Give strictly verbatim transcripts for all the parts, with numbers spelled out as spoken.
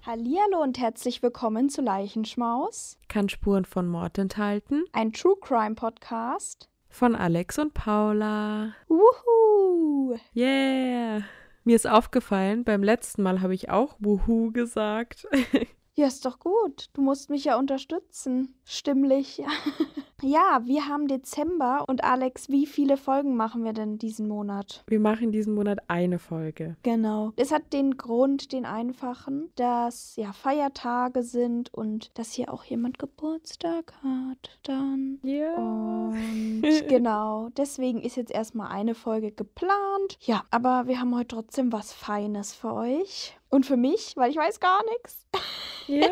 Hallihallo und herzlich willkommen zu Leichenschmaus. Kann Spuren von Mord enthalten. Ein True Crime Podcast. Von Alex und Paula. Wuhu! Yeah! Mir ist aufgefallen, beim letzten Mal habe ich auch Wuhu gesagt. Ja, ist doch gut. Du musst mich ja unterstützen. Stimmlich. Ja, wir haben Dezember und Alex, wie viele Folgen machen wir denn diesen Monat? Wir machen diesen Monat eine Folge. Genau. Es hat den Grund, den einfachen, dass ja Feiertage sind und dass hier auch jemand Geburtstag hat dann. Ja. Und genau, deswegen ist jetzt erstmal eine Folge geplant. Ja, aber wir haben heute trotzdem was Feines für euch. Und für mich, weil ich weiß gar nichts. Ja.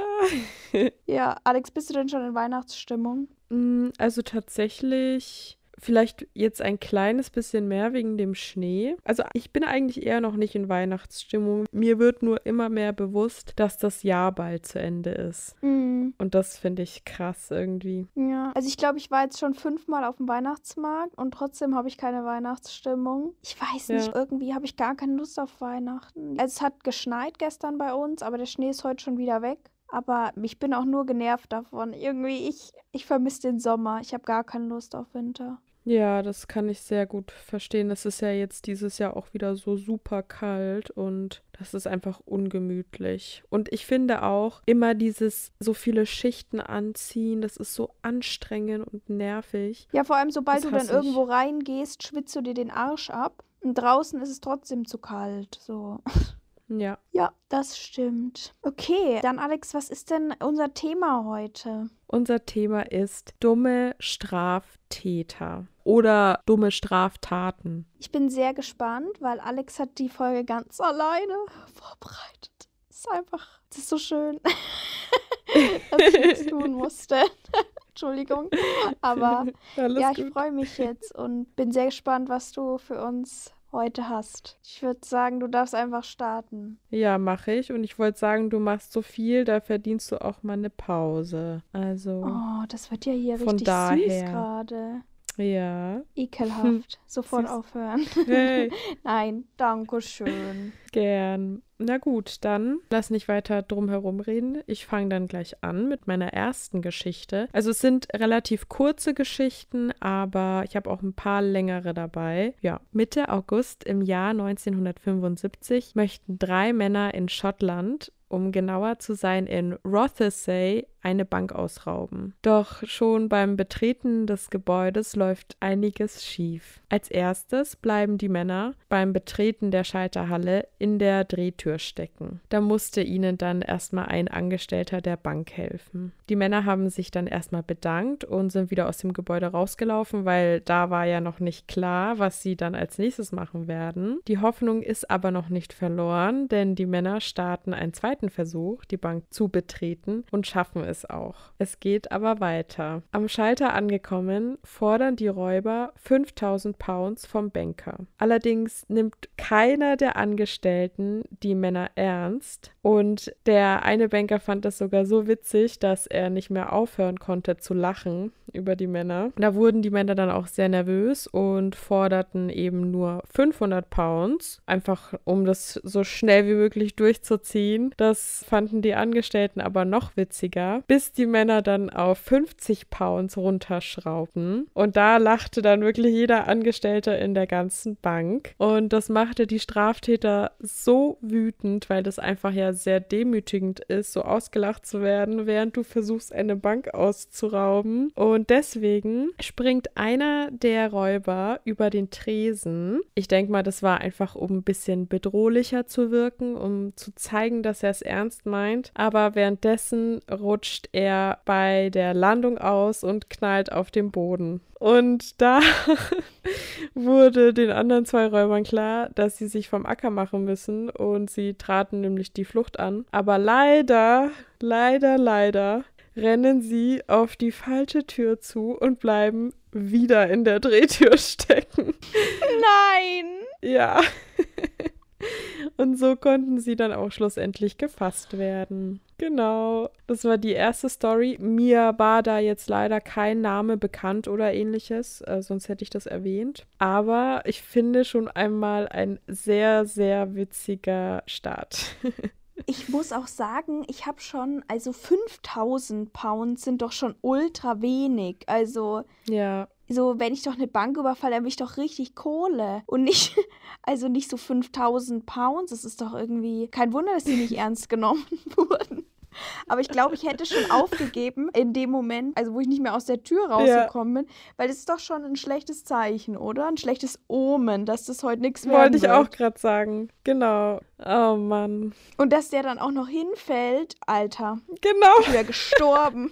Ja, Alex, bist du denn schon in Weihnachtsstimmung? Also tatsächlich vielleicht jetzt ein kleines bisschen mehr wegen dem Schnee. Also ich bin eigentlich eher noch nicht in Weihnachtsstimmung. Mir wird nur immer mehr bewusst, dass das Jahr bald zu Ende ist. Mhm. Und das finde ich krass irgendwie. Ja, also ich glaube, ich war jetzt schon fünfmal auf dem Weihnachtsmarkt und trotzdem habe ich keine Weihnachtsstimmung. Ich weiß nicht, Ja. irgendwie habe ich gar keine Lust auf Weihnachten. Also es hat geschneit gestern bei uns, aber der Schnee ist heute schon wieder weg. Aber ich bin auch nur genervt davon. Irgendwie, ich, ich vermisse den Sommer. Ich habe gar keine Lust auf Winter. Ja, das kann ich sehr gut verstehen. Es ist ja jetzt dieses Jahr auch wieder so super kalt und das ist einfach ungemütlich. Und ich finde auch immer dieses so viele Schichten anziehen, das ist so anstrengend und nervig. Ja, vor allem, sobald Das du dann hasse ich. irgendwo reingehst, schwitzt du dir den Arsch ab. Und draußen ist es trotzdem zu kalt. So. Ja, Ja, das stimmt. Okay, dann Alex, was ist denn unser Thema heute? unser Thema ist dumme Straftäter oder dumme Straftaten. Ich bin sehr gespannt, weil Alex hat die Folge ganz alleine vorbereitet. Es ist einfach, es ist so schön, dass ich nichts tun musste. Entschuldigung. Aber Alles ja, ich gut. freue mich jetzt und bin sehr gespannt, was du für uns heute hast. Ich würde sagen, du darfst einfach starten. Ja, mache ich. Und ich wollte sagen, du machst so viel, da verdienst du auch mal eine Pause. Also, Oh, das wird ja hier Von richtig süß daher. gerade. ja. Ekelhaft. Sofort Süß. aufhören. Hey, Nein, danke schön. gern. Na gut, dann lass nicht weiter drum herum reden. Ich fange dann gleich an mit meiner ersten Geschichte. Also es sind relativ kurze Geschichten, aber ich habe auch ein paar längere dabei. Ja, Mitte August im Jahr neunzehnhundertfünfundsiebzig möchten drei Männer in Schottland, um genauer zu sein in Rothesay, eine Bank ausrauben. Doch schon beim Betreten des Gebäudes läuft einiges schief. Als erstes bleiben die Männer beim Betreten der Schalterhalle in der Drehtür stecken. Da musste ihnen dann erstmal ein Angestellter der Bank helfen. Die Männer haben sich dann erstmal bedankt und sind wieder aus dem Gebäude rausgelaufen, weil da war ja noch nicht klar, was sie dann als nächstes machen werden. Die Hoffnung ist aber noch nicht verloren, denn die Männer starten einen zweiten Versuch, die Bank zu betreten und schaffen es auch. Es geht aber weiter. Am Schalter angekommen, fordern die Räuber fünftausend Pounds vom Banker. Allerdings nimmt keiner der Angestellten die Männer ernst und der eine Banker fand das sogar so witzig, dass er nicht mehr aufhören konnte zu lachen über die Männer. Da wurden die Männer dann auch sehr nervös und forderten eben nur fünfhundert Pounds, einfach um das so schnell wie möglich durchzuziehen. Das fanden die Angestellten aber noch witziger, bis die Männer dann auf fünfzig Pounds runterschrauben. Und da lachte dann wirklich jeder Angestellte in der ganzen Bank. Und das machte die Straftäter so wütend, weil das einfach ja sehr demütigend ist, so ausgelacht zu werden, während du versuchst, eine Bank auszurauben. Und deswegen springt einer der Räuber über den Tresen. Ich denke mal, das war einfach, um ein bisschen bedrohlicher zu wirken, um zu zeigen, dass er es ernst meint. Aber währenddessen rutscht er bei der Landung aus und knallt auf den Boden. Und da wurde den anderen zwei Räubern klar, dass sie sich vom Acker machen müssen und sie traten nämlich die Flucht an. Aber leider, leider, leider rennen sie auf die falsche Tür zu und bleiben wieder in der Drehtür stecken. Nein! Ja. Und so konnten sie dann auch schlussendlich gefasst werden. Genau, das war die erste Story. Mir war da jetzt leider kein Name bekannt oder ähnliches, äh, sonst hätte ich das erwähnt. Aber ich finde schon einmal ein sehr, sehr witziger Start. ich muss auch sagen, ich habe schon, also fünftausend Pounds sind doch schon ultra wenig. Also, Ja, so, wenn ich doch eine Bank überfalle, dann will ich doch richtig Kohle. Und nicht, also nicht so fünftausend Pounds. Das ist doch irgendwie, kein Wunder, dass die nicht ernst genommen wurden. Aber ich glaube, ich hätte schon aufgegeben in dem Moment, also wo ich nicht mehr aus der Tür rausgekommen bin, weil das ist doch schon ein schlechtes Zeichen, oder? Ein schlechtes Omen, dass das heute nichts werden wollte ich wird. auch gerade sagen. Genau. Oh Mann. Und dass der dann auch noch hinfällt, Alter, Genau. ich wäre gestorben.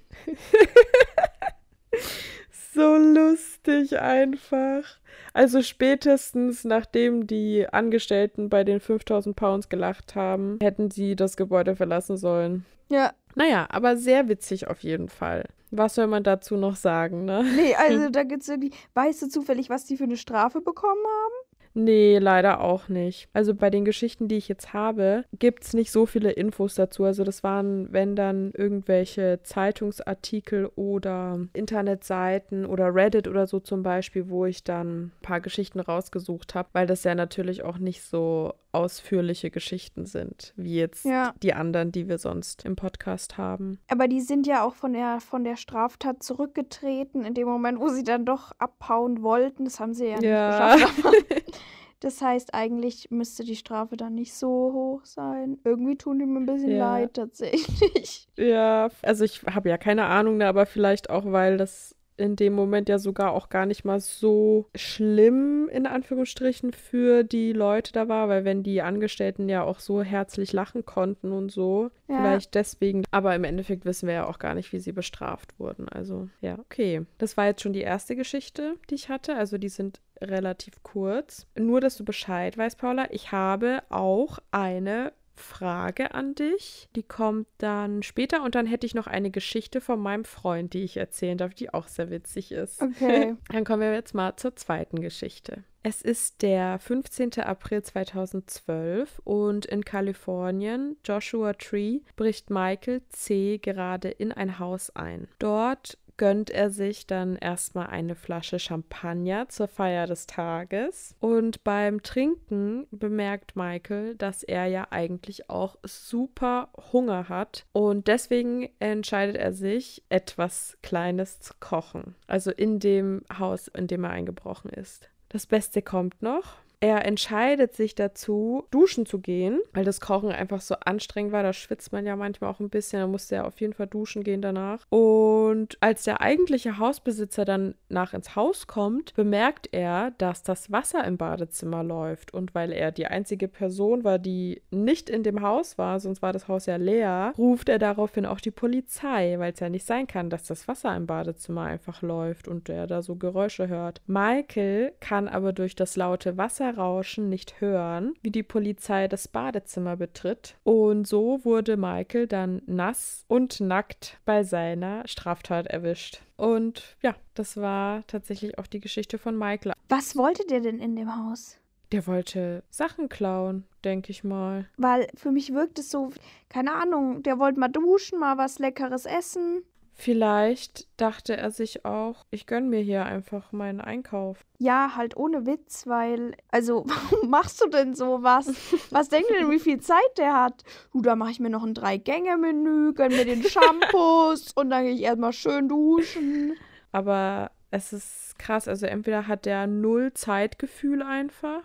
So lustig einfach. Also spätestens nachdem die Angestellten bei den fünftausend Pounds gelacht haben, hätten sie das Gebäude verlassen sollen. Ja, Naja, aber sehr witzig auf jeden Fall. Was soll man dazu noch sagen, ne? nee, also da gibt's irgendwie, weißt du zufällig, was die für eine Strafe bekommen haben? Nee, leider auch nicht. Also bei den Geschichten, die ich jetzt habe, gibt es nicht so viele Infos dazu. Also das waren, wenn dann irgendwelche Zeitungsartikel oder Internetseiten oder Reddit oder so zum Beispiel, wo ich dann ein paar Geschichten rausgesucht habe, weil das ja natürlich auch nicht so ausführliche Geschichten sind, wie jetzt Ja. die anderen, die wir sonst im Podcast haben. Aber die sind ja auch von der, von der Straftat zurückgetreten, in dem Moment, wo sie dann doch abhauen wollten. Das haben sie ja, Ja. nicht geschafft. Aber das heißt, eigentlich müsste die Strafe dann nicht so hoch sein. Irgendwie tun die mir ein bisschen Ja. leid, tatsächlich. Ja, also ich habe ja keine Ahnung, ne, aber vielleicht auch, weil das in dem Moment ja sogar auch gar nicht mal so schlimm, in Anführungsstrichen, für die Leute da war, weil wenn die Angestellten ja auch so herzlich lachen konnten und so, Ja. vielleicht deswegen. Aber im Endeffekt wissen wir ja auch gar nicht, wie sie bestraft wurden. Also ja, okay. Das war jetzt schon die erste Geschichte, die ich hatte. Also die sind relativ kurz. Nur, dass du Bescheid weißt, Paula, ich habe auch eine Frage an dich. Die kommt dann später und dann hätte ich noch eine Geschichte von meinem Freund, die ich erzählen darf, die auch sehr witzig ist. Okay. Dann kommen wir jetzt mal zur zweiten Geschichte. Es ist der fünfzehnten April zweitausendzwölf und in Kalifornien, Joshua Tree, bricht Michael C. gerade in ein Haus ein. Dort gönnt er sich dann erstmal eine Flasche Champagner zur Feier des Tages. Und beim Trinken bemerkt Michael, dass er ja eigentlich auch super Hunger hat. Und deswegen entscheidet er sich, etwas Kleines zu kochen. Also in dem Haus, in dem er eingebrochen ist. Das Beste kommt noch. Er entscheidet sich dazu, duschen zu gehen, weil das Kochen einfach so anstrengend war. Da schwitzt man ja manchmal auch ein bisschen. Da musste er auf jeden Fall duschen gehen danach. Und als der eigentliche Hausbesitzer dann nach ins Haus kommt, bemerkt er, dass das Wasser im Badezimmer läuft. Und weil er die einzige Person war, die nicht in dem Haus war, sonst war das Haus ja leer, ruft er daraufhin auch die Polizei, weil es ja nicht sein kann, dass das Wasser im Badezimmer einfach läuft und er da so Geräusche hört. Michael kann aber durch das laute Wasser Rauschen nicht hören, wie die Polizei das Badezimmer betritt. Und so wurde Michael dann nass und nackt bei seiner Straftat erwischt. Und ja, das war tatsächlich auch die Geschichte von Michael. Was wollte der denn in dem Haus? Der wollte Sachen klauen, denke ich mal. Weil für mich wirkt es so, keine Ahnung, der wollte mal duschen, mal was Leckeres essen. Vielleicht dachte er sich auch, ich gönne mir hier einfach meinen Einkauf. Ja, halt ohne Witz, weil, also, warum machst du denn sowas? Was denkst du denn, wie viel Zeit der hat? Du, da mache ich mir noch ein Drei-Gänge-Menü, gönn mir den Shampoos und dann gehe ich erstmal schön duschen. Aber es ist krass, also entweder hat der null Zeitgefühl einfach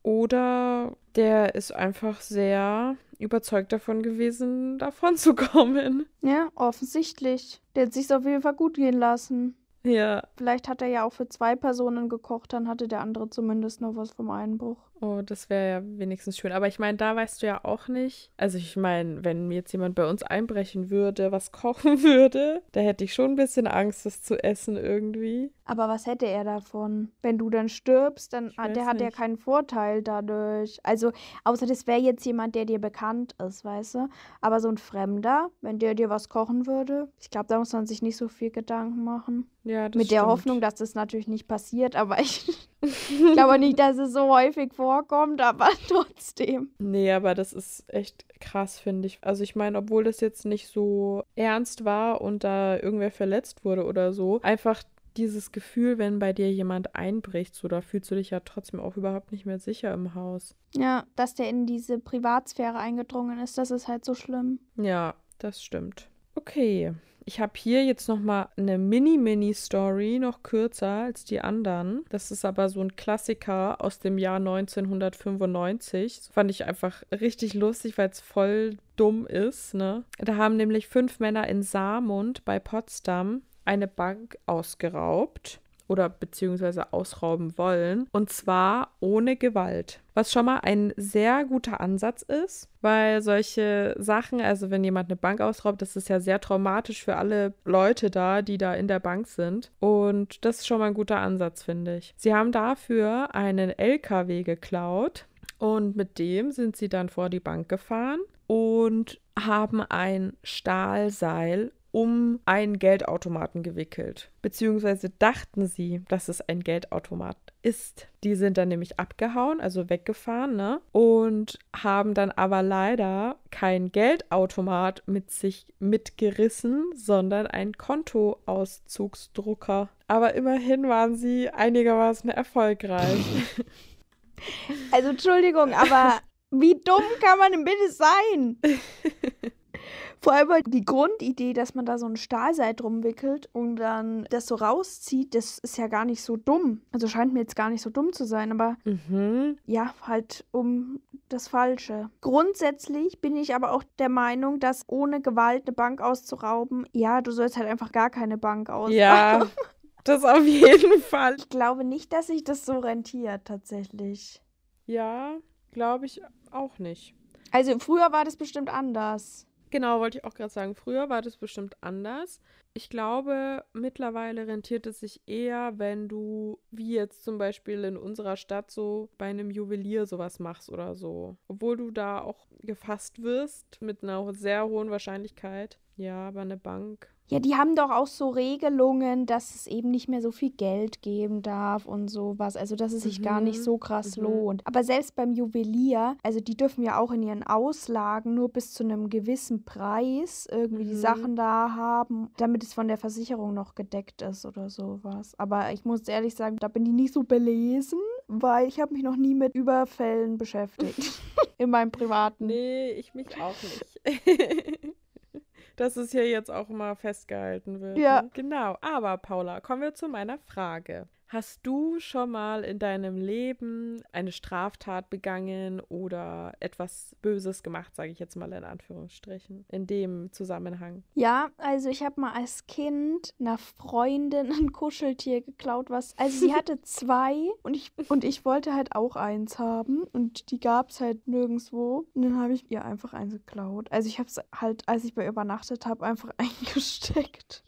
oder der ist einfach sehr überzeugt davon gewesen, davon zu kommen. Ja, offensichtlich. Der hat sich's auf jeden Fall gut gehen lassen. Ja. Vielleicht hat er ja auch für zwei Personen gekocht, dann hatte der andere zumindest noch was vom Einbruch. Oh, das wäre ja wenigstens schön. Aber ich meine, da weißt du ja auch nicht. Also ich meine, wenn jetzt jemand bei uns einbrechen würde, was kochen würde, da hätte ich schon ein bisschen Angst, das zu essen irgendwie. Aber was hätte er davon? Wenn du dann stirbst, dann weiß der hat ja nicht. keinen Vorteil dadurch. Also, außer das wäre jetzt jemand, der dir bekannt ist, weißt du? Aber so ein Fremder, wenn der dir was kochen würde, ich glaube, da muss man sich nicht so viel Gedanken machen. Ja, das Mit der stimmt. Hoffnung, dass das natürlich nicht passiert, aber ich glaube nicht, dass es so häufig vorkommt, aber trotzdem. Nee, aber das ist echt krass, finde ich. Also ich meine, obwohl das jetzt nicht so ernst war und da irgendwer verletzt wurde oder so, einfach dieses Gefühl, wenn bei dir jemand einbricht, so, da fühlst du dich ja trotzdem auch überhaupt nicht mehr sicher im Haus. Ja, dass der in diese Privatsphäre eingedrungen ist, das ist halt so schlimm. Ja, das stimmt. Okay, ich habe hier jetzt nochmal eine Mini-Mini-Story, noch kürzer als die anderen. Das ist aber so ein Klassiker aus dem Jahr neunzehnhundertfünfundneunzig. Das fand ich einfach richtig lustig, weil es voll dumm ist, ne? Da haben nämlich fünf Männer in Saarmund bei Potsdam eine Bank ausgeraubt oder beziehungsweise ausrauben wollen, und zwar ohne Gewalt. Was schon mal ein sehr guter Ansatz ist, weil solche Sachen, also wenn jemand eine Bank ausraubt, das ist ja sehr traumatisch für alle Leute da, die da in der Bank sind. Und das ist schon mal ein guter Ansatz, finde ich. Sie haben dafür einen L K W geklaut und mit dem sind sie dann vor die Bank gefahren und haben ein Stahlseil um einen Geldautomaten gewickelt. Beziehungsweise dachten sie, dass es ein Geldautomat ist. Die sind dann nämlich abgehauen, also weggefahren, ne? Und haben dann aber leider kein Geldautomat mit sich mitgerissen, sondern ein Kontoauszugsdrucker. Aber immerhin waren sie einigermaßen erfolgreich. Also Entschuldigung, aber wie dumm kann man denn bitte sein? Vor allem halt die Grundidee, dass man da so ein Stahlseil drum wickelt und dann das so rauszieht, das ist ja gar nicht so dumm. Also scheint mir jetzt gar nicht so dumm zu sein, aber Mhm. ja, halt um das Falsche. Grundsätzlich bin ich aber auch der Meinung, dass ohne Gewalt eine Bank auszurauben, ja, du sollst halt einfach gar keine Bank ausrauben. Ja, das auf jeden Fall. Ich glaube nicht, dass sich das so rentiert tatsächlich. Ja, glaube ich auch nicht. Also früher war das bestimmt anders. Genau, wollte ich auch gerade sagen. Früher war das bestimmt anders. Ich glaube, mittlerweile rentiert es sich eher, wenn du, wie jetzt zum Beispiel in unserer Stadt, so bei einem Juwelier sowas machst oder so. Obwohl du da auch gefasst wirst mit einer sehr hohen Wahrscheinlichkeit. Ja, aber eine Bank. Ja, die haben doch auch so Regelungen, dass es eben nicht mehr so viel Geld geben darf und sowas. Also, dass es sich gar nicht Mhm, so krass mhm. lohnt. Aber selbst beim Juwelier, also die dürfen ja auch in ihren Auslagen nur bis zu einem gewissen Preis irgendwie die Mhm. Sachen da haben, damit es von der Versicherung noch gedeckt ist oder sowas. Aber ich muss ehrlich sagen, da bin ich nicht so belesen, weil ich habe mich noch nie mit Überfällen beschäftigt. In meinem privaten. Nee, ich mich auch nicht. Dass es hier jetzt auch mal festgehalten wird. Ja. Ne? Genau. Aber Paula, kommen wir zu meiner Frage. Hast du schon mal in deinem Leben eine Straftat begangen oder etwas Böses gemacht, sage ich jetzt mal in Anführungsstrichen, in dem Zusammenhang? Ja, also ich habe mal als Kind einer Freundin ein Kuscheltier geklaut, was, also sie hatte zwei und ich, und ich wollte halt auch eins haben und die gab es halt nirgendwo und dann habe ich ihr einfach eins geklaut. Also ich habe es halt, als ich bei ihr übernachtet habe, einfach eingesteckt.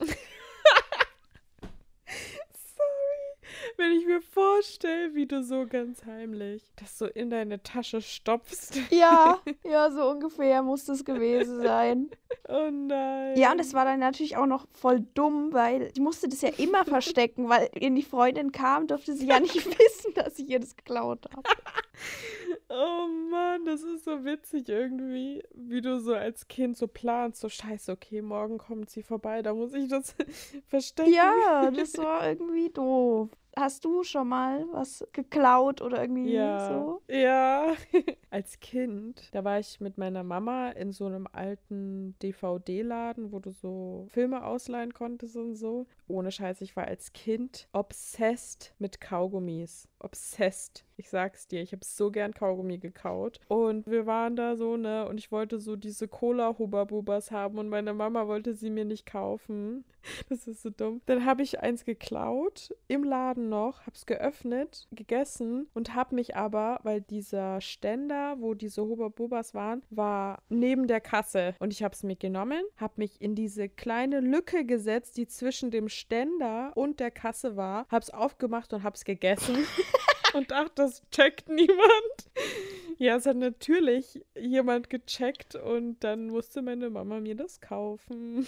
Wenn ich mir vorstelle, wie du so ganz heimlich das so in deine Tasche stopfst. Ja, ja, so ungefähr muss das gewesen sein. Oh nein. Ja, und das war dann natürlich auch noch voll dumm, weil ich musste das ja immer verstecken, weil wenn die Freundin kam, durfte sie ja nicht wissen, dass ich ihr das geklaut habe. Oh Mann, das ist so witzig irgendwie, wie du so als Kind so planst, so scheiße, okay, morgen kommt sie vorbei, da muss ich das verstecken. Ja, das war irgendwie doof. Hast du schon mal was geklaut oder irgendwie Ja, so? ja. Als Kind, da war ich mit meiner Mama in so einem alten D V D-Laden, wo du so Filme ausleihen konntest und so. Ohne Scheiß, ich war als Kind obsessed mit Kaugummis. Obsessed. Ich sag's dir, ich habe so gern Kaugummi gekaut. Und wir waren da so, ne, und ich wollte so diese Cola-Hubba-Bubas haben und meine Mama wollte sie mir nicht kaufen. Das ist so dumm. Dann habe ich eins geklaut, im Laden noch, hab's geöffnet, gegessen und hab mich aber, weil dieser Ständer, wo diese Hubba-Bubas waren, war neben der Kasse. Und ich hab's mitgenommen, hab mich in diese kleine Lücke gesetzt, die zwischen dem Ständer und der Kasse war, hab's aufgemacht und hab's gegessen. Und dachte, das checkt niemand. Ja, es hat natürlich jemand gecheckt und dann musste meine Mama mir das kaufen.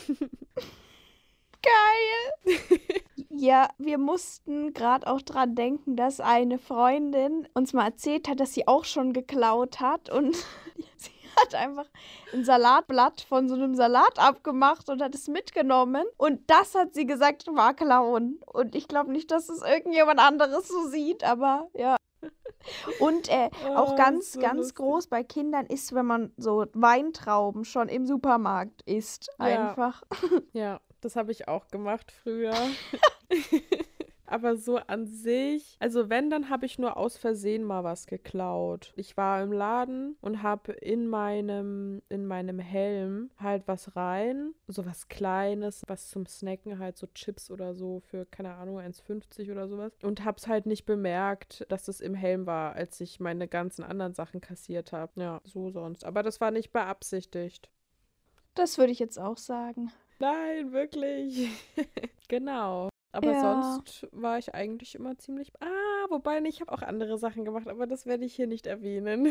Geil! Ja, wir mussten gerade auch dran denken, dass eine Freundin uns mal erzählt hat, dass sie auch schon geklaut hat und sie hat einfach ein Salatblatt von so einem Salat abgemacht und hat es mitgenommen. Und das hat sie gesagt, war klauen. Und ich glaube nicht, dass es irgendjemand anderes so sieht, aber ja. Und äh, auch Oh, ganz, so ganz lustig. groß bei Kindern ist, wenn man so Weintrauben schon im Supermarkt isst. Ja. Einfach. Ja, das habe ich auch gemacht früher. Aber so an sich, also wenn, dann habe ich nur aus Versehen mal was geklaut. Ich war im Laden und habe in meinem, in meinem Helm halt was rein, so was Kleines, was zum Snacken, halt so Chips oder so für, keine Ahnung, eins fünfzig oder sowas. Und habe es halt nicht bemerkt, dass das im Helm war, als ich meine ganzen anderen Sachen kassiert habe. Ja, so sonst. Aber das war nicht beabsichtigt. Das würde ich jetzt auch sagen. Nein, wirklich. Genau. Aber Ja. sonst war ich eigentlich immer ziemlich. Ah, wobei, nee, ich habe auch andere Sachen gemacht, aber das werde ich hier nicht erwähnen.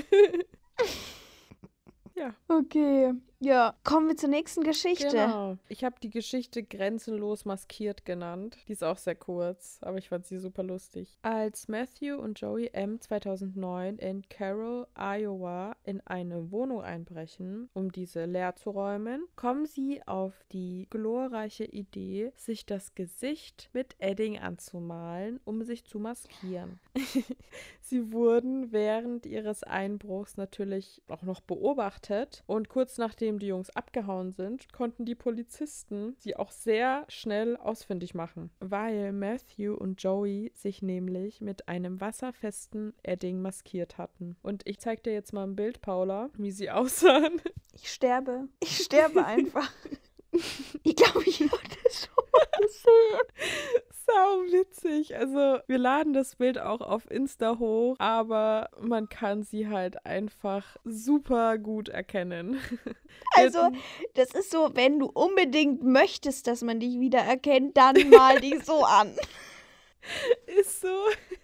Ja, Okay. Ja, kommen wir zur nächsten Geschichte. genau. Ich habe die Geschichte Grenzenlos maskiert genannt. Die ist auch sehr kurz, aber ich fand sie super lustig. Als Matthew und Joey M. zweitausendneun in Carroll, Iowa, in eine Wohnung einbrechen, um diese leer zu räumen, kommen sie auf die glorreiche Idee, sich das Gesicht mit Edding anzumalen, um sich zu maskieren. Sie wurden während ihres Einbruchs natürlich auch noch beobachtet und kurz nachdem die Jungs abgehauen sind, konnten die Polizisten sie auch sehr schnell ausfindig machen, weil Matthew und Joey sich nämlich mit einem wasserfesten Edding maskiert hatten. Und ich zeig dir jetzt mal ein Bild, Paula, wie sie aussahen. Ich sterbe. Ich sterbe einfach. Ich glaube, ich habe das schon mal gesehen. Sau witzig. Also wir laden das Bild auch auf Insta hoch, aber man kann sie halt einfach super gut erkennen. Also, das ist so, wenn du unbedingt möchtest, dass man dich wiedererkennt, dann mal die so an. Ist so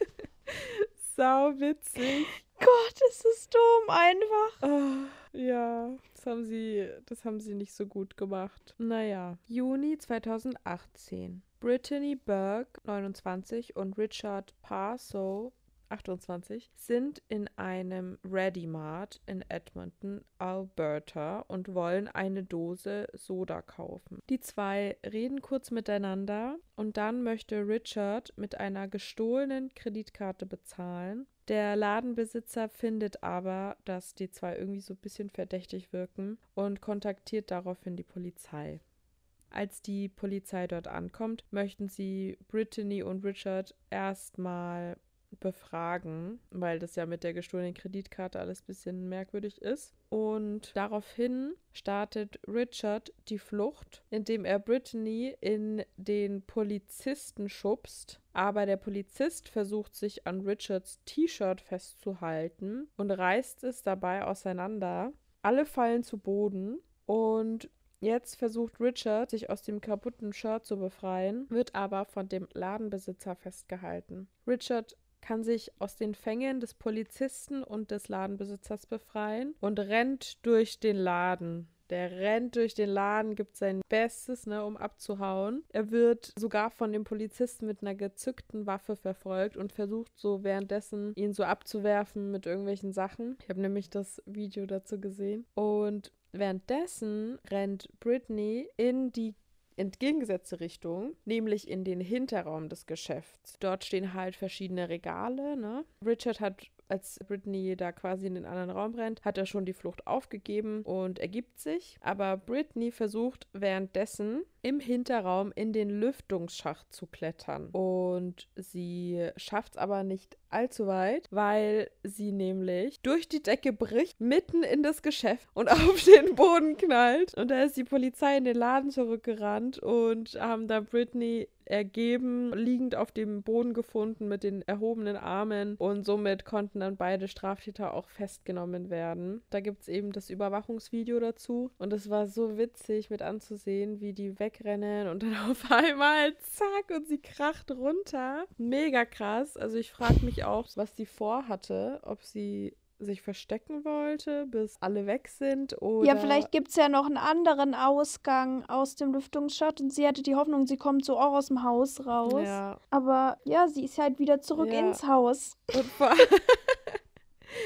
sau witzig. Gott, ist das dumm einfach. Oh, ja, das haben sie, das haben sie nicht so gut gemacht. Naja, Juni zweitausendachtzehn. Brittany Burke, neunundzwanzig, und Richard Parsow, achtundzwanzig, sind in einem Ready Mart in Edmonton, Alberta und wollen eine Dose Soda kaufen. Die zwei reden kurz miteinander und dann möchte Richard mit einer gestohlenen Kreditkarte bezahlen. Der Ladenbesitzer findet aber, dass die zwei irgendwie so ein bisschen verdächtig wirken und kontaktiert daraufhin die Polizei. Als die Polizei dort ankommt, möchten sie Brittany und Richard erstmal befragen, weil das ja mit der gestohlenen Kreditkarte alles ein bisschen merkwürdig ist. Und daraufhin startet Richard die Flucht, indem er Brittany in den Polizisten schubst. Aber der Polizist versucht sich an Richards T-Shirt festzuhalten und reißt es dabei auseinander. Alle fallen zu Boden und jetzt versucht Richard, sich aus dem kaputten Shirt zu befreien, wird aber von dem Ladenbesitzer festgehalten. Richard kann sich aus den Fängen des Polizisten und des Ladenbesitzers befreien und rennt durch den Laden. Der rennt durch den Laden, gibt sein Bestes, ne, um abzuhauen. Er wird sogar von dem Polizisten mit einer gezückten Waffe verfolgt und versucht so währenddessen, ihn so abzuwerfen mit irgendwelchen Sachen. Ich habe nämlich das Video dazu gesehen. Und währenddessen rennt Brittany in die entgegengesetzte Richtung, nämlich in den Hinterraum des Geschäfts. Dort stehen halt verschiedene Regale, ne? Richard hat, als Brittany da quasi in den anderen Raum rennt, hat er schon die Flucht aufgegeben und ergibt sich. Aber Brittany versucht währenddessen im Hinterraum in den Lüftungsschacht zu klettern. Und sie schafft es aber nicht allzu weit, weil sie nämlich durch die Decke bricht, mitten in das Geschäft und auf den Boden knallt. Und da ist die Polizei in den Laden zurückgerannt und haben da Brittany ergeben, liegend auf dem Boden gefunden mit den erhobenen Armen, und somit konnten dann beide Straftäter auch festgenommen werden. Da gibt es eben das Überwachungsvideo dazu und es war so witzig mit anzusehen, wie die wegrennen und dann auf einmal zack und sie kracht runter. Mega krass. Also ich frage mich auch, was sie vorhatte, ob sie sich verstecken wollte, bis alle weg sind, oder... Ja, vielleicht gibt es ja noch einen anderen Ausgang aus dem Lüftungsschacht und sie hatte die Hoffnung, sie kommt so auch aus dem Haus raus. Ja. Aber ja, sie ist halt wieder zurück Ja. ins Haus. Und vor,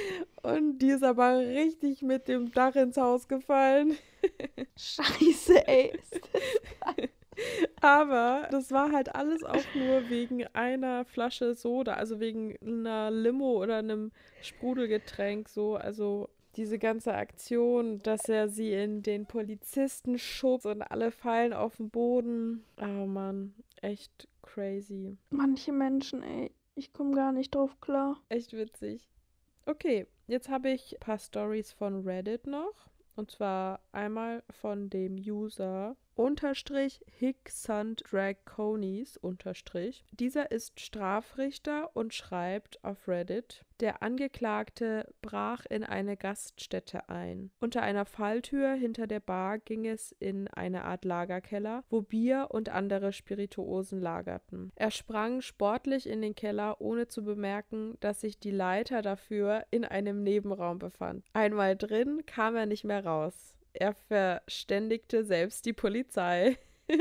Und die ist aber richtig mit dem Dach ins Haus gefallen. Scheiße, ey. Ist das geil. Aber das war halt alles auch nur wegen einer Flasche Soda, also wegen einer Limo oder einem Sprudelgetränk so. Also diese ganze Aktion, dass er sie in den Polizisten schubst und alle fallen auf den Boden. Oh Mann, echt crazy. Manche Menschen, ey. Ich komme gar nicht drauf klar. Echt witzig. Okay, jetzt habe ich ein paar Stories von Reddit noch. Und zwar einmal von dem User unterstrich Hicksand Draconis unterstrich. Dieser ist Strafrichter und schreibt auf Reddit: Der Angeklagte brach in eine Gaststätte ein. Unter einer Falltür hinter der Bar ging es in eine Art Lagerkeller, wo Bier und andere Spirituosen lagerten. Er sprang sportlich in den Keller, ohne zu bemerken, dass sich die Leiter dafür in einem Nebenraum befand. Einmal drin, kam er nicht mehr raus. Er verständigte selbst die Polizei.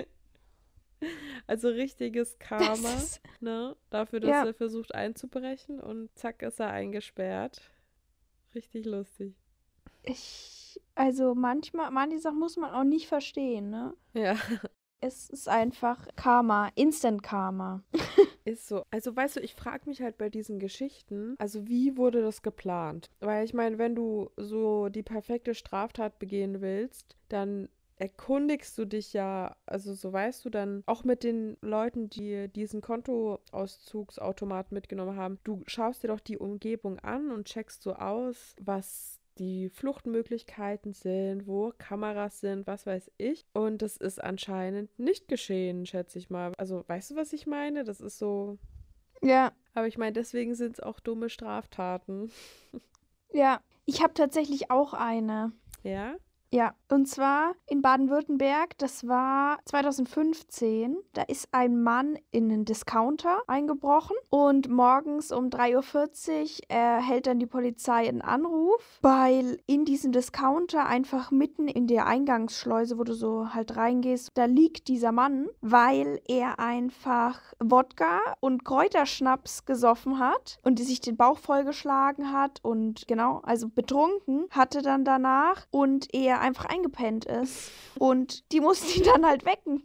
Also richtiges Karma, ist, ne? Dafür, dass ja. er versucht einzubrechen und zack ist er eingesperrt. Richtig lustig. Ich, also manchmal, manche Sachen muss man auch nicht verstehen, ne? Ja. Es ist einfach Karma, Instant Karma. Ist so. Also weißt du, ich frage mich halt bei diesen Geschichten, also wie wurde das geplant? Weil ich meine, wenn du so die perfekte Straftat begehen willst, dann erkundigst du dich ja, also so weißt du dann, auch mit den Leuten, die diesen Kontoauszugsautomat mitgenommen haben, du schaust dir doch die Umgebung an und checkst so aus, was die Fluchtmöglichkeiten sind, wo Kameras sind, was weiß ich. Und das ist anscheinend nicht geschehen, schätze ich mal. Also, weißt du, was ich meine? Das ist so... Ja. Aber ich meine, deswegen sind es auch dumme Straftaten. Ja, ich habe tatsächlich auch eine. Ja? Ja, und zwar in Baden-Württemberg, das war zwanzig fünfzehn, da ist ein Mann in einen Discounter eingebrochen und morgens um drei Uhr vierzig erhält dann die Polizei einen Anruf, weil in diesem Discounter einfach mitten in der Eingangsschleuse, wo du so halt reingehst, da liegt dieser Mann, weil er einfach Wodka und Kräuterschnaps gesoffen hat und die sich den Bauch vollgeschlagen hat und genau, also betrunken hatte dann danach und er einfach eingepennt ist. Und die mussten ihn dann halt wecken.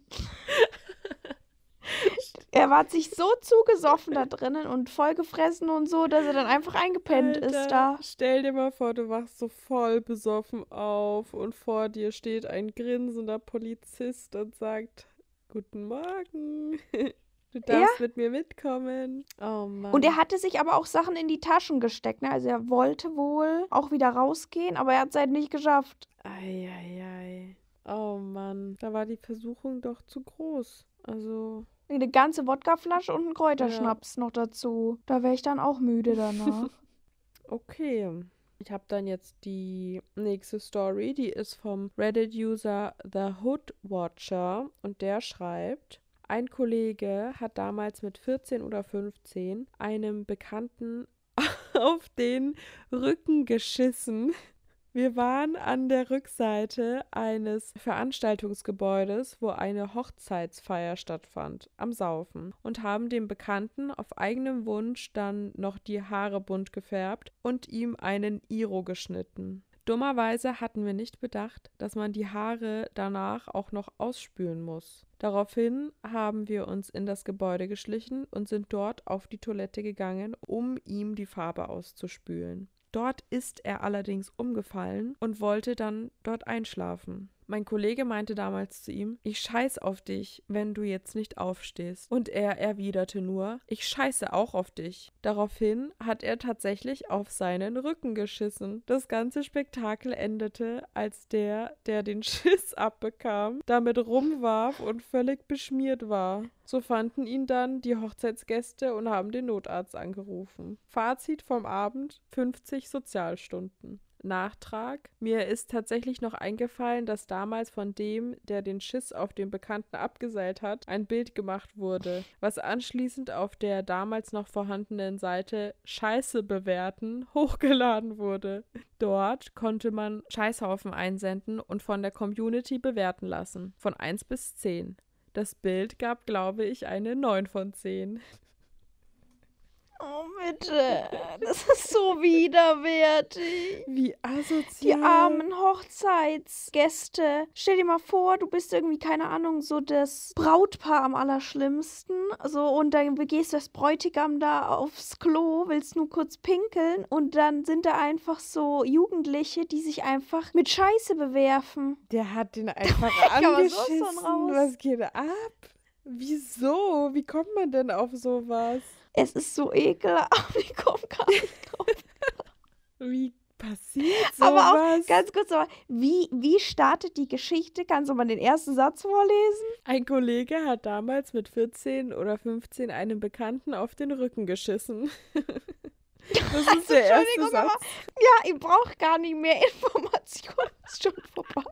Er war sich so zugesoffen da drinnen und vollgefressen und so, dass er dann einfach eingepennt Alter, ist da. Stell dir mal vor, du wachst so voll besoffen auf und vor dir steht ein grinsender Polizist und sagt: Guten Morgen. Du darfst ja mit mir mitkommen. Oh Mann. Und er hatte sich aber auch Sachen in die Taschen gesteckt. Ne? Also er wollte wohl auch wieder rausgehen, aber er hat es halt nicht geschafft. Eieiei. Oh Mann. Da war die Versuchung doch zu groß. Also... Eine ganze Wodkaflasche und ein Kräuterschnaps ja. noch dazu. Da wäre ich dann auch müde danach. Okay. Ich habe dann jetzt die nächste Story. Die ist vom Reddit-User The Hood Watcher. Und der schreibt: Ein Kollege hat damals mit vierzehn oder fünfzehn einem Bekannten auf den Rücken geschissen. Wir waren an der Rückseite eines Veranstaltungsgebäudes, wo eine Hochzeitsfeier stattfand, am Saufen und haben dem Bekannten auf eigenem Wunsch dann noch die Haare bunt gefärbt und ihm einen Iro geschnitten. Dummerweise hatten wir nicht bedacht, dass man die Haare danach auch noch ausspülen muss. Daraufhin haben wir uns in das Gebäude geschlichen und sind dort auf die Toilette gegangen, um ihm die Farbe auszuspülen. Dort ist er allerdings umgefallen und wollte dann dort einschlafen. Mein Kollege meinte damals zu ihm: Ich scheiß auf dich, wenn du jetzt nicht aufstehst. Und er erwiderte nur: Ich scheiße auch auf dich. Daraufhin hat er tatsächlich auf seinen Rücken geschissen. Das ganze Spektakel endete, als der, der den Schiss abbekam, damit rumwarf und völlig beschmiert war. So fanden ihn dann die Hochzeitsgäste und haben den Notarzt angerufen. Fazit vom Abend: fünfzig Sozialstunden. Nachtrag: Mir ist tatsächlich noch eingefallen, dass damals von dem, der den Schiss auf den Bekannten abgeseilt hat, ein Bild gemacht wurde, was anschließend auf der damals noch vorhandenen Seite Scheiße bewerten hochgeladen wurde. Dort konnte man Scheißhaufen einsenden und von der Community bewerten lassen, von eins bis zehn. Das Bild gab, glaube ich, eine neun von zehn. Oh, bitte. Das ist so widerwärtig. Wie Die asozial. armen Hochzeitsgäste. Stell dir mal vor, du bist irgendwie, keine Ahnung, so das Brautpaar am allerschlimmsten. So, und dann begehst du das Bräutigam da aufs Klo, willst nur kurz pinkeln und dann sind da einfach so Jugendliche, die sich einfach mit Scheiße bewerfen. Der hat den einfach aber sowas angeschissen. von raus. Was geht ab? Wieso? Wie kommt man denn auf sowas? Es ist so ekelhaft, ich komme gar nicht drauf. Wie passiert sowas? Aber auch, ganz kurz, aber wie, wie startet die Geschichte? Kannst du mal den ersten Satz vorlesen? Ein Kollege hat damals mit vierzehn oder fünfzehn einem Bekannten auf den Rücken geschissen. Das ist der erste Entschuldigung, Satz. aber ja, ihr braucht gar nicht mehr Informationen. Ist schon vorbei.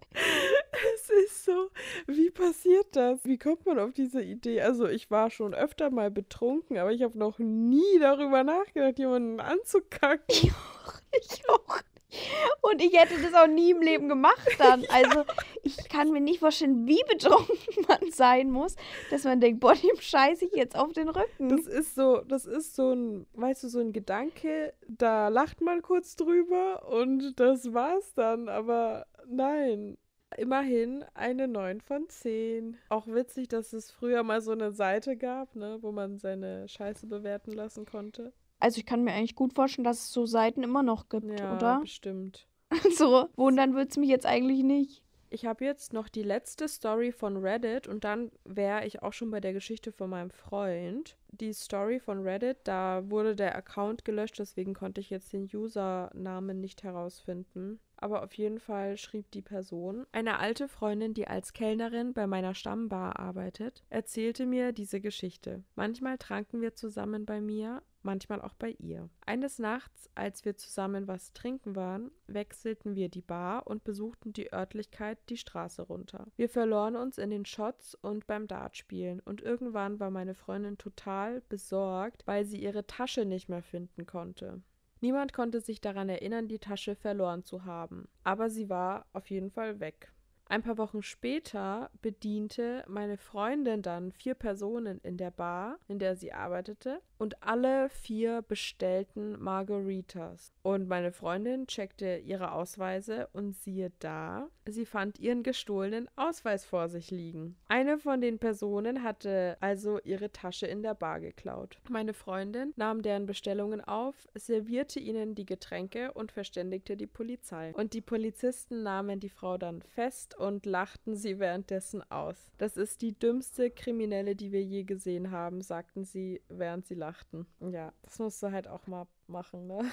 Es ist so, wie passiert das? Wie kommt man auf diese Idee? Also ich war schon öfter mal betrunken, aber ich habe noch nie darüber nachgedacht, jemanden anzukacken. Ich auch, ich auch. Und ich hätte das auch nie im Leben gemacht dann. Also ich kann mir nicht vorstellen, wie betrunken man sein muss, dass man denkt, boah, dem scheiße ich jetzt auf den Rücken. Das ist so, das ist so ein, weißt du, so ein Gedanke, da lacht man kurz drüber und das war's dann, aber nein. Immerhin eine neun von zehn. Auch witzig, dass es früher mal so eine Seite gab, ne, wo man seine Scheiße bewerten lassen konnte. Also ich kann mir eigentlich gut vorstellen, dass es so Seiten immer noch gibt, Ja, oder? bestimmt. So, wundern würde es mich jetzt eigentlich nicht. Ich habe jetzt noch die letzte Story von Reddit und dann wäre ich auch schon bei der Geschichte von meinem Freund. Die Story von Reddit, da wurde der Account gelöscht, deswegen konnte ich jetzt den Usernamen nicht herausfinden. Aber auf jeden Fall schrieb die Person: Eine alte Freundin, die als Kellnerin bei meiner Stammbar arbeitet, erzählte mir diese Geschichte. Manchmal tranken wir zusammen bei mir, manchmal auch bei ihr. Eines Nachts, als wir zusammen was trinken waren, wechselten wir die Bar und besuchten die Örtlichkeit die Straße runter. Wir verloren uns in den Shots und beim Dartspielen und irgendwann war meine Freundin total besorgt, weil sie ihre Tasche nicht mehr finden konnte. Niemand konnte sich daran erinnern, die Tasche verloren zu haben, aber sie war auf jeden Fall weg. Ein paar Wochen später bediente meine Freundin dann vier Personen in der Bar, in der sie arbeitete, und alle vier bestellten Margaritas. Und meine Freundin checkte ihre Ausweise und siehe da, sie fand ihren gestohlenen Ausweis vor sich liegen. Eine von den Personen hatte also ihre Tasche in der Bar geklaut. Meine Freundin nahm deren Bestellungen auf, servierte ihnen die Getränke und verständigte die Polizei. Und die Polizisten nahmen die Frau dann fest und lachten sie währenddessen aus. Das ist die dümmste Kriminelle, die wir je gesehen haben, sagten sie, während sie lachten. Ja, das musst du halt auch mal machen, ne?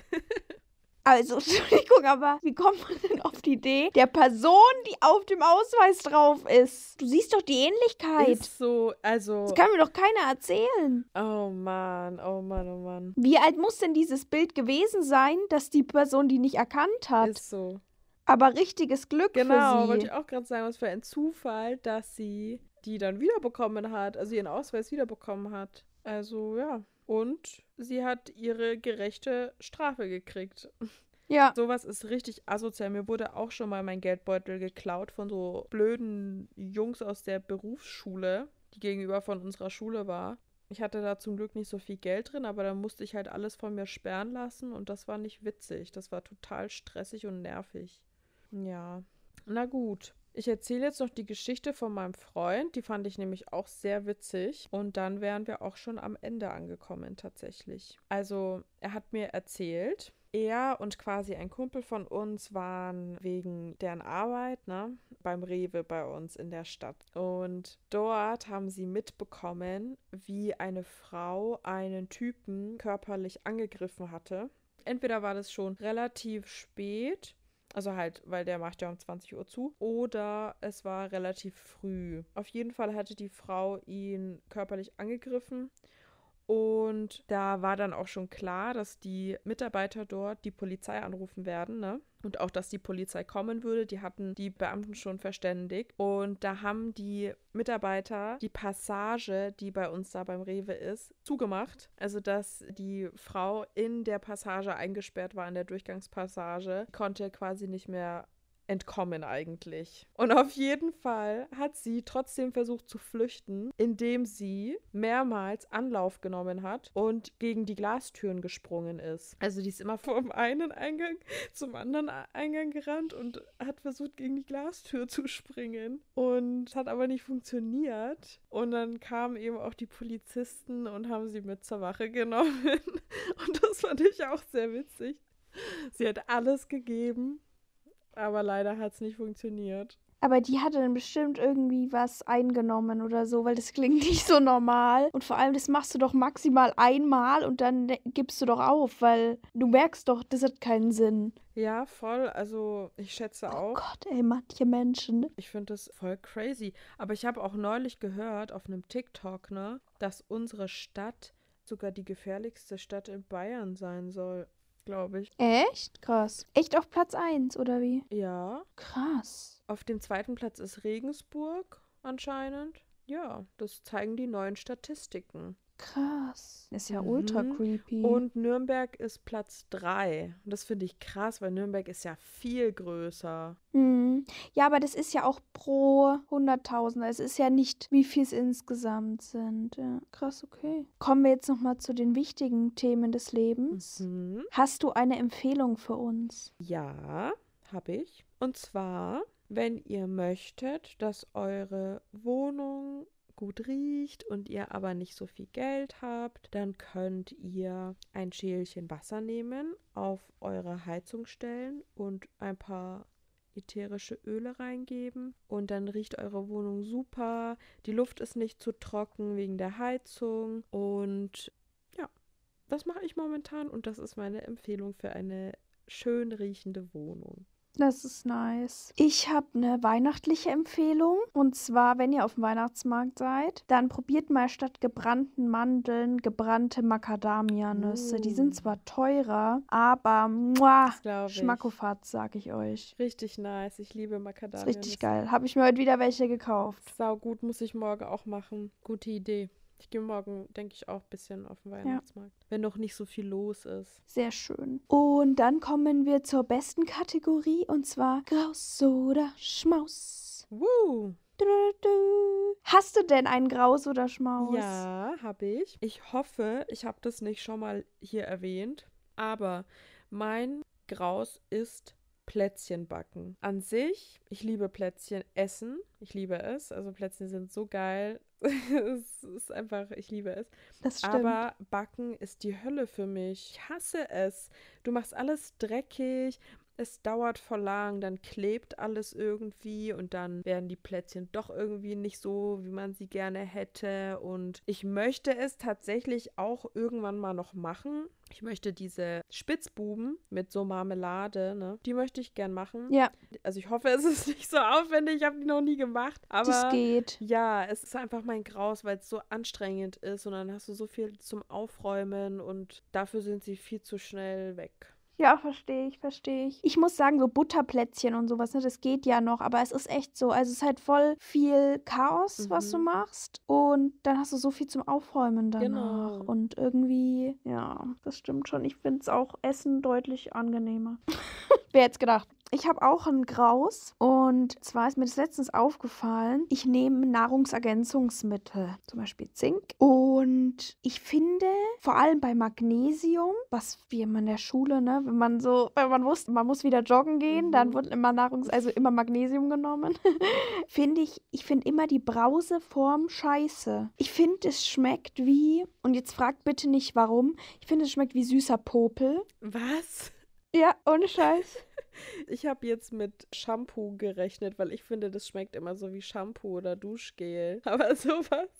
Also, Entschuldigung, aber wie kommt man denn auf die Idee, der Person, die auf dem Ausweis drauf ist? Du siehst doch die Ähnlichkeit. Ist so, also... Das kann mir doch keiner erzählen. Oh Mann, oh Mann, oh Mann. Wie alt muss denn dieses Bild gewesen sein, dass die Person die nicht erkannt hat? Ist so. Aber richtiges Glück Genau, für wollte sie. ich auch gerade sagen, was für ein Zufall, dass sie die dann wiederbekommen hat, also ihren Ausweis wiederbekommen hat. Also, ja. Und sie hat ihre gerechte Strafe gekriegt. Ja. Sowas ist richtig asozial. Mir wurde auch schon mal mein Geldbeutel geklaut von so blöden Jungs aus der Berufsschule, die gegenüber von unserer Schule war. Ich hatte da zum Glück nicht so viel Geld drin, aber dann musste ich halt alles von mir sperren lassen und das war nicht witzig. Das war total stressig und nervig. Ja, na gut. Ich erzähle jetzt noch die Geschichte von meinem Freund. Die fand ich nämlich auch sehr witzig. Und dann wären wir auch schon am Ende angekommen tatsächlich. Also, er hat mir erzählt, er und quasi ein Kumpel von uns waren wegen deren Arbeit, ne, beim Rewe bei uns in der Stadt. Und dort haben sie mitbekommen, wie eine Frau einen Typen körperlich angegriffen hatte. Entweder war das schon relativ spät, also halt, weil der macht ja um zwanzig Uhr zu. Oder es war relativ früh. Auf jeden Fall hatte die Frau ihn körperlich angegriffen. Und da war dann auch schon klar, dass die Mitarbeiter dort die Polizei anrufen werden, ne? Und auch, dass die Polizei kommen würde. Die hatten die Beamten schon verständigt. Und da haben die Mitarbeiter die Passage, die bei uns da beim Rewe ist, zugemacht. Also, dass die Frau in der Passage eingesperrt war, in der Durchgangspassage, konnte quasi nicht mehr entkommen eigentlich. Und auf jeden Fall hat sie trotzdem versucht zu flüchten, indem sie mehrmals Anlauf genommen hat und gegen die Glastüren gesprungen ist. Also die ist immer vom einen Eingang zum anderen Eingang gerannt und hat versucht, gegen die Glastür zu springen. Und hat aber nicht funktioniert. Und dann kamen eben auch die Polizisten und haben sie mit zur Wache genommen. Und das fand ich auch sehr witzig. Sie hat alles gegeben, aber leider hat es nicht funktioniert. Aber die hatte dann bestimmt irgendwie was eingenommen oder so, weil das klingt nicht so normal. Und vor allem, das machst du doch maximal einmal und dann de- gibst du doch auf, weil du merkst doch, das hat keinen Sinn. Ja, voll. Also ich schätze Oh auch. Gott, ey, manche Menschen. Ich finde das voll crazy. Aber ich habe auch neulich gehört auf einem TikTok, ne, dass unsere Stadt sogar die gefährlichste Stadt in Bayern sein soll, glaube ich. Echt? Krass. Echt auf Platz eins oder wie? Ja. Krass. Auf dem zweiten Platz ist Regensburg anscheinend. Ja, das zeigen die neuen Statistiken. Krass. Ist ja Mhm. ultra creepy. Und Nürnberg ist Platz drei. Und das finde ich krass, weil Nürnberg ist ja viel größer. Mhm. Ja, aber das ist ja auch pro hunderttausend. Es ist ja nicht, wie viel es insgesamt sind. Ja, krass, okay. Kommen wir jetzt nochmal zu den wichtigen Themen des Lebens. Mhm. Hast du eine Empfehlung für uns? Ja, habe ich. Und zwar, wenn ihr möchtet, dass eure Wohnung gut riecht und ihr aber nicht so viel Geld habt, dann könnt ihr ein Schälchen Wasser nehmen, auf eure Heizung stellen und ein paar ätherische Öle reingeben und dann riecht eure Wohnung super. Die Luft ist nicht zu trocken wegen der Heizung und ja, das mache ich momentan und das ist meine Empfehlung für eine schön riechende Wohnung. Das ist nice. Ich habe eine weihnachtliche Empfehlung. Und zwar, wenn ihr auf dem Weihnachtsmarkt seid, dann probiert mal statt gebrannten Mandeln gebrannte Macadamia-Nüsse. Die sind Uh. zwar teurer, aber muah, Das glaube ich. Schmackofatz, sag ich euch. Richtig nice. Ich liebe Ist Macadamia. richtig geil. Habe ich mir heute wieder welche gekauft. Sau gut, muss ich morgen auch machen. Gute Idee. Ich gehe morgen, denke ich, auch ein bisschen auf den Weihnachtsmarkt. Wenn noch nicht so viel los ist. Sehr schön. Und dann kommen wir zur besten Kategorie, und zwar Graus oder Schmaus. Woo! Du, du, du. Hast du denn einen Graus oder Schmaus? Ja, habe ich. Ich hoffe, ich habe das nicht schon mal hier erwähnt. Aber mein Graus ist Plätzchen backen. An sich, ich liebe Plätzchen essen. Ich liebe es. Also Plätzchen sind so geil. Es ist einfach, ich liebe es. Das stimmt. Aber Backen ist die Hölle für mich. Ich hasse es. Du machst alles dreckig. Es dauert voll lang, dann klebt alles irgendwie und dann werden die Plätzchen doch irgendwie nicht so, wie man sie gerne hätte. Und ich möchte es tatsächlich auch irgendwann mal noch machen. Ich möchte diese Spitzbuben mit so Marmelade, ne? Die möchte ich gern machen. Ja, Also ich hoffe, es ist nicht so aufwendig. Ich habe die noch nie gemacht. Aber das geht. ja, es ist einfach mein Graus, weil es so anstrengend ist und dann hast du so viel zum Aufräumen und dafür sind sie viel zu schnell weg. Ja, verstehe ich, verstehe ich. Ich muss sagen, so Butterplätzchen und sowas, ne, das geht ja noch, aber es ist echt so. Also es ist halt voll viel Chaos, was du Mhm. machst. Und dann hast du so viel zum Aufräumen danach. Genau. Und irgendwie, ja, das stimmt schon. Ich finde es auch Essen deutlich angenehmer. Wer hätte es gedacht? Ich habe auch ein Graus und zwar ist mir das letztens aufgefallen, ich nehme Nahrungsergänzungsmittel, zum Beispiel Zink. Und ich finde, vor allem bei Magnesium, was wir immer in der Schule, ne, wenn man so, wenn man wusste, man muss wieder joggen gehen, Mhm. dann wird immer Nahrungs-, also immer Magnesium genommen, finde ich, ich finde immer die Brauseform scheiße. Ich finde, es schmeckt wie, und jetzt fragt bitte nicht warum, ich finde, es schmeckt wie süßer Popel. Was? Ja, ohne Scheiß. Ich habe jetzt mit Shampoo gerechnet, weil ich finde, das schmeckt immer so wie Shampoo oder Duschgel. Aber sowas.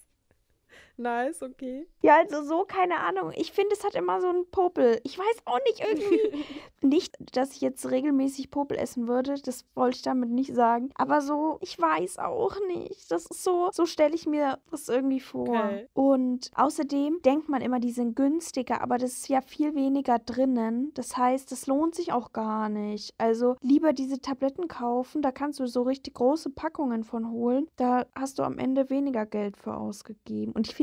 Nice, okay. Ja, also so, keine Ahnung. Ich finde, es hat immer so einen Popel. Ich weiß auch nicht irgendwie. Nicht, dass ich jetzt regelmäßig Popel essen würde, das wollte ich damit nicht sagen. Aber so, ich weiß auch nicht. Das ist so, so stelle ich mir das irgendwie vor. Okay. Und außerdem denkt man immer, die sind günstiger, aber das ist ja viel weniger drinnen. Das heißt, das lohnt sich auch gar nicht. Also lieber diese Tabletten kaufen, da kannst du so richtig große Packungen von holen. Da hast du am Ende weniger Geld für ausgegeben. Und ich finde,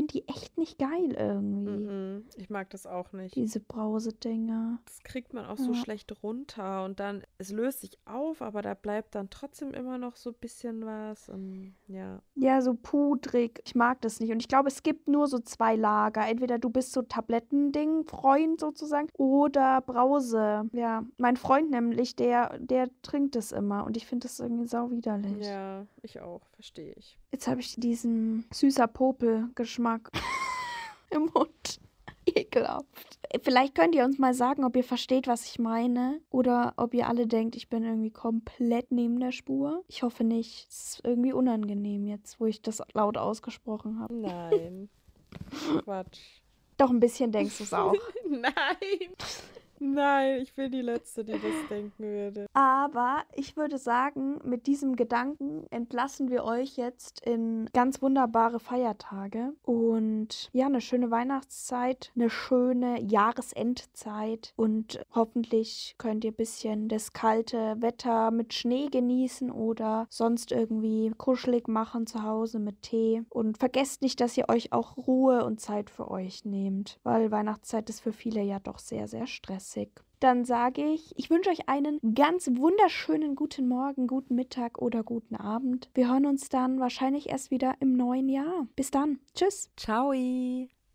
finde die echt nicht geil irgendwie. Mhm. Ich mag das auch nicht. Diese Brausedinger. Das kriegt man auch so Ja. schlecht runter und dann, es löst sich auf, aber da bleibt dann trotzdem immer noch so ein bisschen was und ja. Ja, so pudrig. Ich mag das nicht. Und ich glaube, es gibt nur so zwei Lager. Entweder du bist so Tablettending-Freund sozusagen oder Brause. Ja, mein Freund nämlich, der, der trinkt das immer und ich finde das irgendwie sau widerlich. Ja, ich auch, verstehe ich. Jetzt habe ich diesen süßer Popel-Geschmack im Mund. Ekelhaft. Vielleicht könnt ihr uns mal sagen, ob ihr versteht, was ich meine. Oder ob ihr alle denkt, ich bin irgendwie komplett neben der Spur. Ich hoffe nicht. Es ist irgendwie unangenehm jetzt, wo ich das laut ausgesprochen habe. Nein. Quatsch. Doch ein bisschen denkst du es auch. Nein. Nein, ich bin die Letzte, die das denken würde. Aber ich würde sagen, mit diesem Gedanken entlassen wir euch jetzt in ganz wunderbare Feiertage und ja, eine schöne Weihnachtszeit, eine schöne Jahresendzeit und hoffentlich könnt ihr ein bisschen das kalte Wetter mit Schnee genießen oder sonst irgendwie kuschelig machen zu Hause mit Tee. Und vergesst nicht, dass ihr euch auch Ruhe und Zeit für euch nehmt, weil Weihnachtszeit ist für viele ja doch sehr, sehr stressig. Dann sage ich, ich wünsche euch einen ganz wunderschönen guten Morgen, guten Mittag oder guten Abend. Wir hören uns dann wahrscheinlich erst wieder im neuen Jahr. Bis dann. Tschüss. Ciao.